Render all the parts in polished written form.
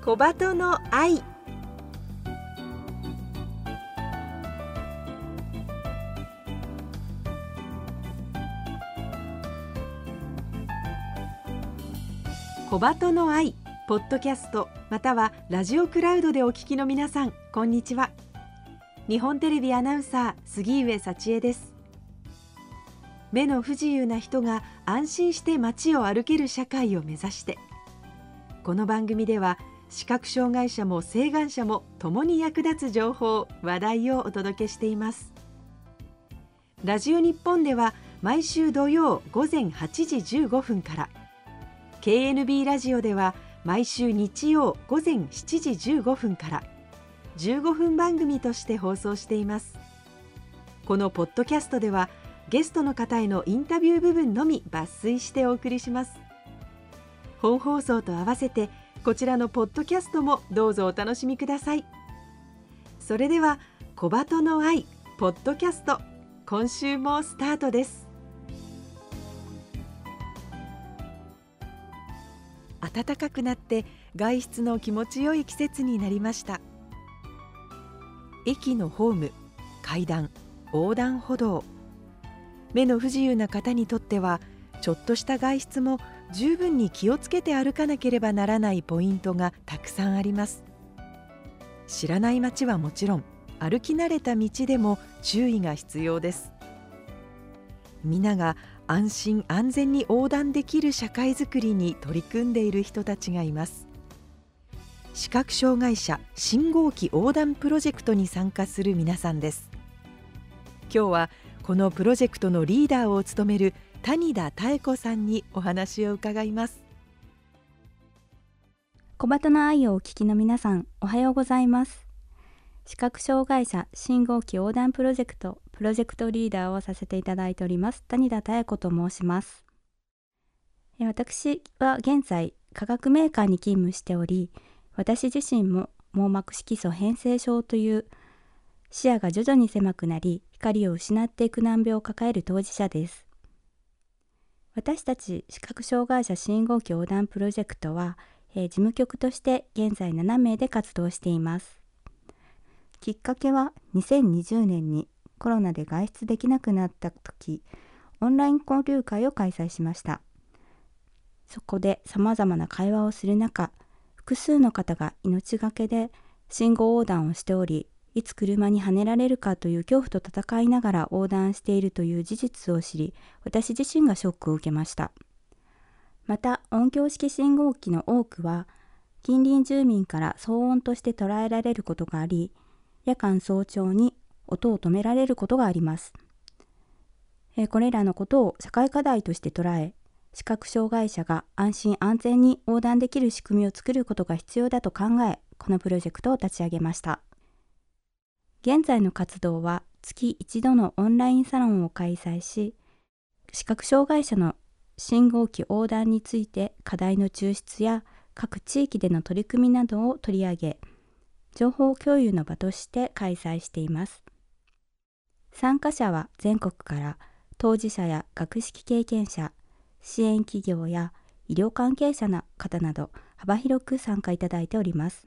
小鳩の愛。小鳩の愛ポッドキャストまたはラジオクラウドでお聞きの皆さん、こんにちは。日本テレビアナウンサー杉上幸恵です。目の不自由な人が安心して街を歩ける社会を目指して、この番組では視覚障害者も晴眼者も共に役立つ情報話題をお届けしています。ラジオ日本では毎週土曜午前8時15分から、 KNB ラジオでは毎週日曜午前7時15分から15分番組として放送しています。このポッドキャストではゲストの方へのインタビュー部分のみ抜粋してお送りします。本放送と合わせてこちらのポッドキャストもどうぞお楽しみください。それでは小鳩の愛ポッドキャスト、今週もスタートです。暖かくなって外出の気持ちよい季節になりました。駅のホーム、階段、横断歩道、目の不自由な方にとってはちょっとした外出も十分に気をつけて歩かなければならないポイントがたくさんあります。知らない街はもちろん、歩き慣れた道でも注意が必要です。皆が安心安全に横断できる社会づくりに取り組んでいる人たちがいます。視覚障害者信号機横断プロジェクトに参加する皆さんです。今日はこのプロジェクトのリーダーを務める谷田妙子さんにお話を伺います。 小鳩の愛をお聞きの皆さん、おはようございます。視覚障害者信号機横断プロジェクトリーダーをさせていただいております谷田妙子と申します。私は現在化学メーカーに勤務しており、私自身も網膜色素変性症という視野が徐々に狭くなり光を失っていく難病を抱える当事者です。私たち視覚障害者信号機横断プロジェクトは、事務局として現在7名で活動しています。きっかけは2020年にコロナで外出できなくなった時、オンライン交流会を開催しました。そこで様々な会話をする中、複数の方が命がけで信号横断をしており、いつ車にはねられるかという恐怖と戦いながら横断しているという事実を知り、私自身がショックを受けました。また、音響式信号機の多くは近隣住民から騒音として捉えられることがあり、夜間早朝に音を止められることがあります。これらのことを社会課題として捉え、視覚障害者が安心安全に横断できる仕組みを作ることが必要だと考え、このプロジェクトを立ち上げました。現在の活動は月一度のオンラインサロンを開催し、視覚障害者の信号機横断について課題の抽出や各地域での取り組みなどを取り上げ、情報共有の場として開催しています。参加者は全国から当事者や学識経験者、支援企業や医療関係者の方など幅広く参加いただいております。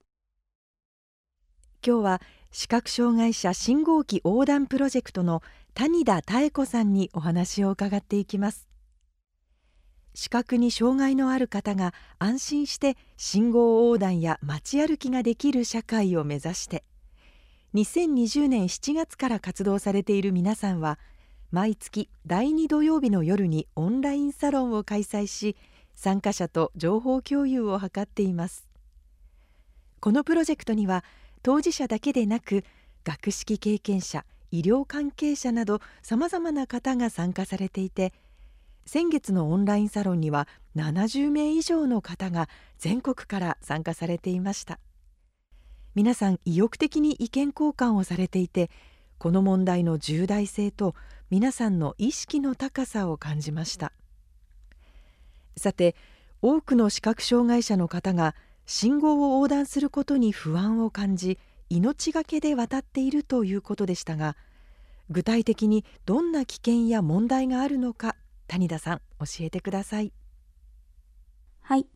今日は視覚障害者信号機横断プロジェクトの谷田妙子さんにお話を伺っていきます。視覚に障害のある方が安心して信号横断や街歩きができる社会を目指して、2020年7月から活動されている皆さんは、毎月第2土曜日の夜にオンラインサロンを開催し、参加者と情報共有を図っています。このプロジェクトには当事者だけでなく、学識経験者、医療関係者などさまざまな方が参加されていて、先月のオンラインサロンには70名以上の方が全国から参加されていました。皆さん意欲的に意見交換をされていて、この問題の重大性と皆さんの意識の高さを感じました。さて、多くの視覚障害者の方が信号を横断することに不安を感じ、命がけで渡っているということでしたが、具体的にどんな危険や問題があるのか、谷田さん、教えてください。 はい、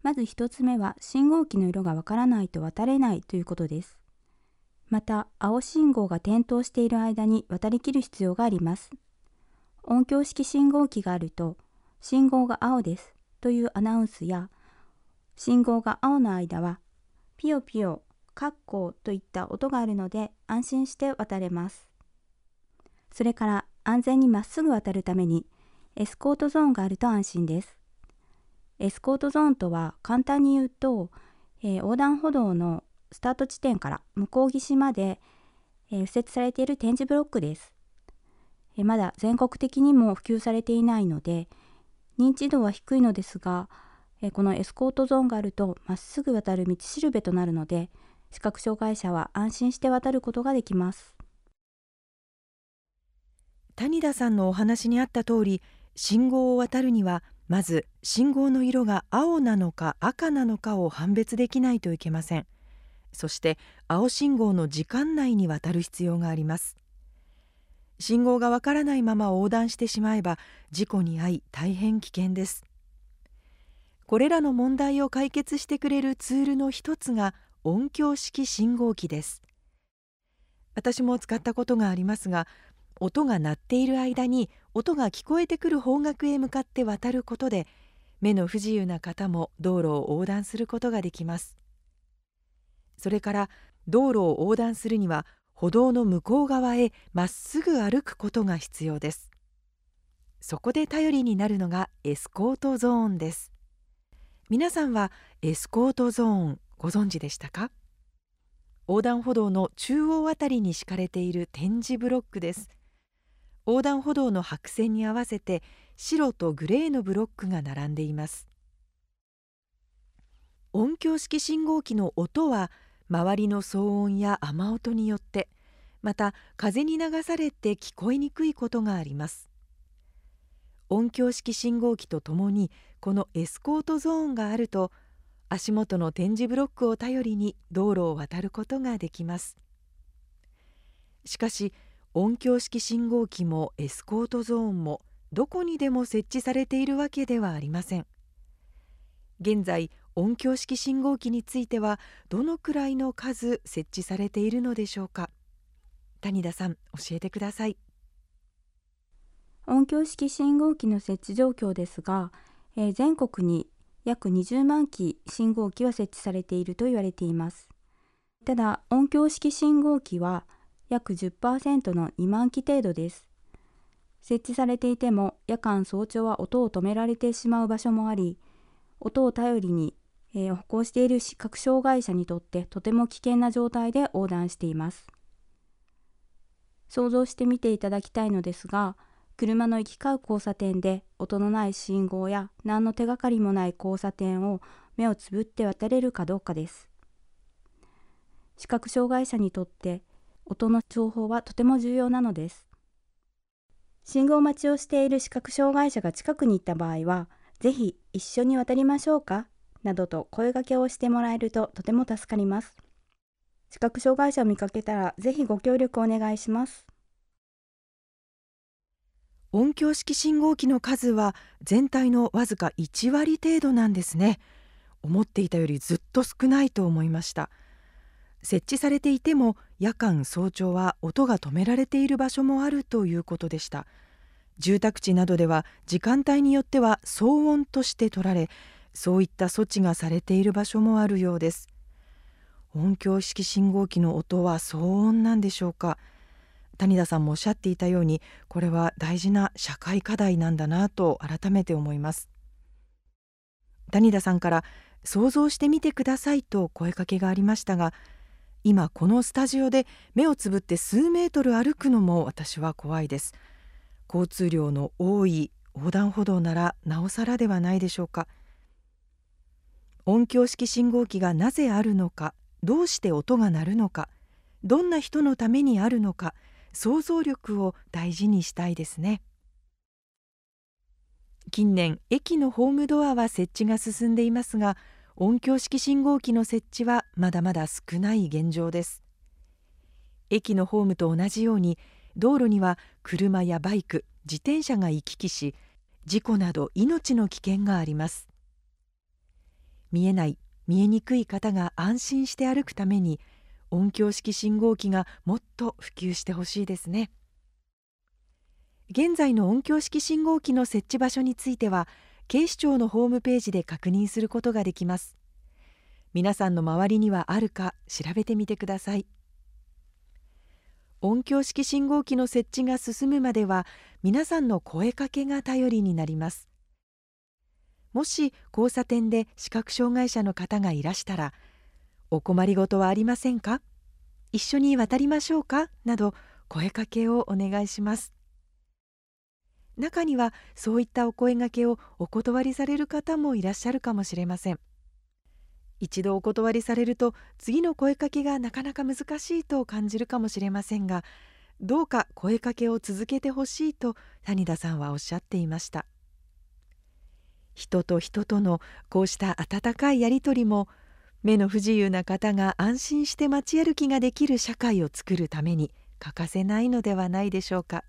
まず1つ目は信号機の色がわからないと渡れないということです。また、青信号が点灯している間に渡り切る必要があります。音響式信号機があると、信号が青ですというアナウンスや、信号が青の間はピヨピヨ、カッコーといった音があるので安心して渡れます。それから安全にまっすぐ渡るためにエスコートゾーンがあると安心です。エスコートゾーンとは簡単に言うと、横断歩道のスタート地点から向こう岸まで、敷設されている点字ブロックです。まだ全国的にも普及されていないので認知度は低いのですが、このエスコートゾーンがあるとまっすぐ渡る道しるべとなるので、視覚障害者は安心して渡ることができます。 谷田さんのお話にあった通り、信号を渡るにはまず信号の色が青なのか赤なのかを判別できないといけません。そして青信号の時間内に渡る必要があります。信号がわからないまま横断してしまえば事故に遭い大変危険です。これらの問題を解決してくれるツールの一つが音響式信号機です。私も使ったことがありますが、音が鳴っている間に音が聞こえてくる方角へ向かって渡ることで、目の不自由な方も道路を横断することができます。それから道路を横断するには歩道の向こう側へまっすぐ歩くことが必要です。そこで頼りになるのがエスコートゾーンです。皆さんはエスコートゾーンご存知でしたか？横断歩道の中央あたりに敷かれている点字ブロックです。横断歩道の白線に合わせて白とグレーのブロックが並んでいます。音響式信号機の音は周りの騒音や雨音によって、また風に流されて聞こえにくいことがあります。音響式信号機とともにこのエスコートゾーンがあると、足元の点字ブロックを頼りに道路を渡ることができます。しかし音響式信号機もエスコートゾーンもどこにでも設置されているわけではありません。現在音響式信号機についてはどのくらいの数設置されているのでしょうか。谷田さん、教えてください。 音響式信号機の設置状況ですが、全国に約20万機信号機は設置されていると言われています。ただ、音響式信号機は約 10% の2万機程度です。設置されていても夜間早朝は音を止められてしまう場所もあり、音を頼りに、歩行している視覚障害者にとってとても危険な状態で横断しています。想像してみていただきたいのですが、車の行き交う交差点で音のない信号や何の手がかりもない交差点を目をつぶって渡れるかどうかです。視覚障害者にとって音の情報はとても重要なのです。信号待ちをしている視覚障害者が近くに行った場合は、ぜひ一緒に渡りましょうかなどと声掛けをしてもらえるととても助かります。視覚障害者を見かけたらぜひご協力お願いします。 音響式信号機の数は全体のわずか1割程度なんですね。思っていたよりずっと少ないと思いました。設置されていても夜間早朝は音が止められている場所もあるということでした。住宅地などでは時間帯によっては騒音として取られ、そういった措置がされている場所もあるようです。音響式信号機の音は騒音なんでしょうか。谷田さんもおっしゃっていたように、これは大事な社会課題なんだなと改めて思います。谷田さんから想像してみてくださいと声かけがありましたが、今このスタジオで目をつぶって数メートル歩くのも私は怖いです。交通量の多い横断歩道ならなおさらではないでしょうか。音響式信号機がなぜあるのか、どうして音が鳴るのか、どんな人のためにあるのか、想像力を大事にしたいですね。近年駅のホームドアは設置が進んでいますが、音響式信号機の設置はまだまだ少ない現状です。駅のホームと同じように道路には車やバイク、自転車が行き来し、事故など命の危険があります。 見えない、見えにくい方が安心して歩くために音響式信号機がもっと普及してほしいですね。現在の音響式信号機の設置場所については警視庁のホームページで確認することができます。皆さんの周りにはあるか調べてみてください。音響式信号機の設置が進むまでは皆さんの声かけが頼りになります。もし交差点で視覚障害者の方がいらしたら、お困りごとはありませんか？一緒に渡りましょうか？など声かけをお願いします。中にはそういったお声掛けをお断りされる方もいらっしゃるかもしれません。一度お断りされると次の声かけがなかなか難しいと感じるかもしれませんが、どうか声かけを続けてほしいと谷田さんはおっしゃっていました。人と人とのこうした温かいやりとりも、目の不自由な方が安心して街歩きができる社会を作るために欠かせないのではないでしょうか。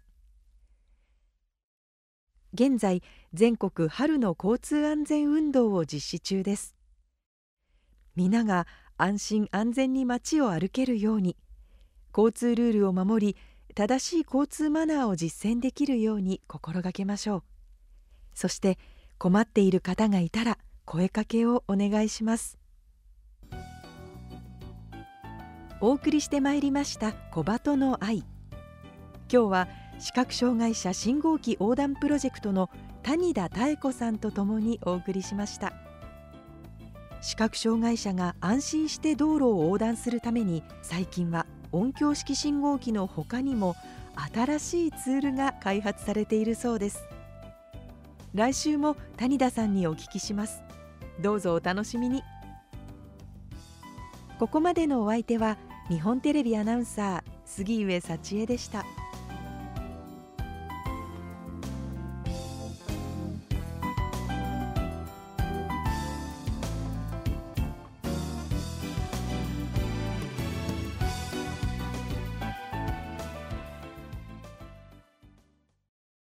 現在、全国春の交通安全運動を実施中です。皆が安心安全に街を歩けるように、交通ルールを守り、正しい交通マナーを実践できるように心がけましょう。そして困っている方がいたら声かけをお願いします。お送りしてまいりました小鳩の愛。今日は視覚障害者信号機横断プロジェクトの谷田妙子さんとともにお送りしました。視覚障害者が安心して道路を横断するために、最近は音響式信号機の他にも新しいツールが開発されているそうです。来週も谷田さんにお聞きします。どうぞお楽しみに。ここまでのお相手は日本テレビアナウンサー杉上幸恵でした。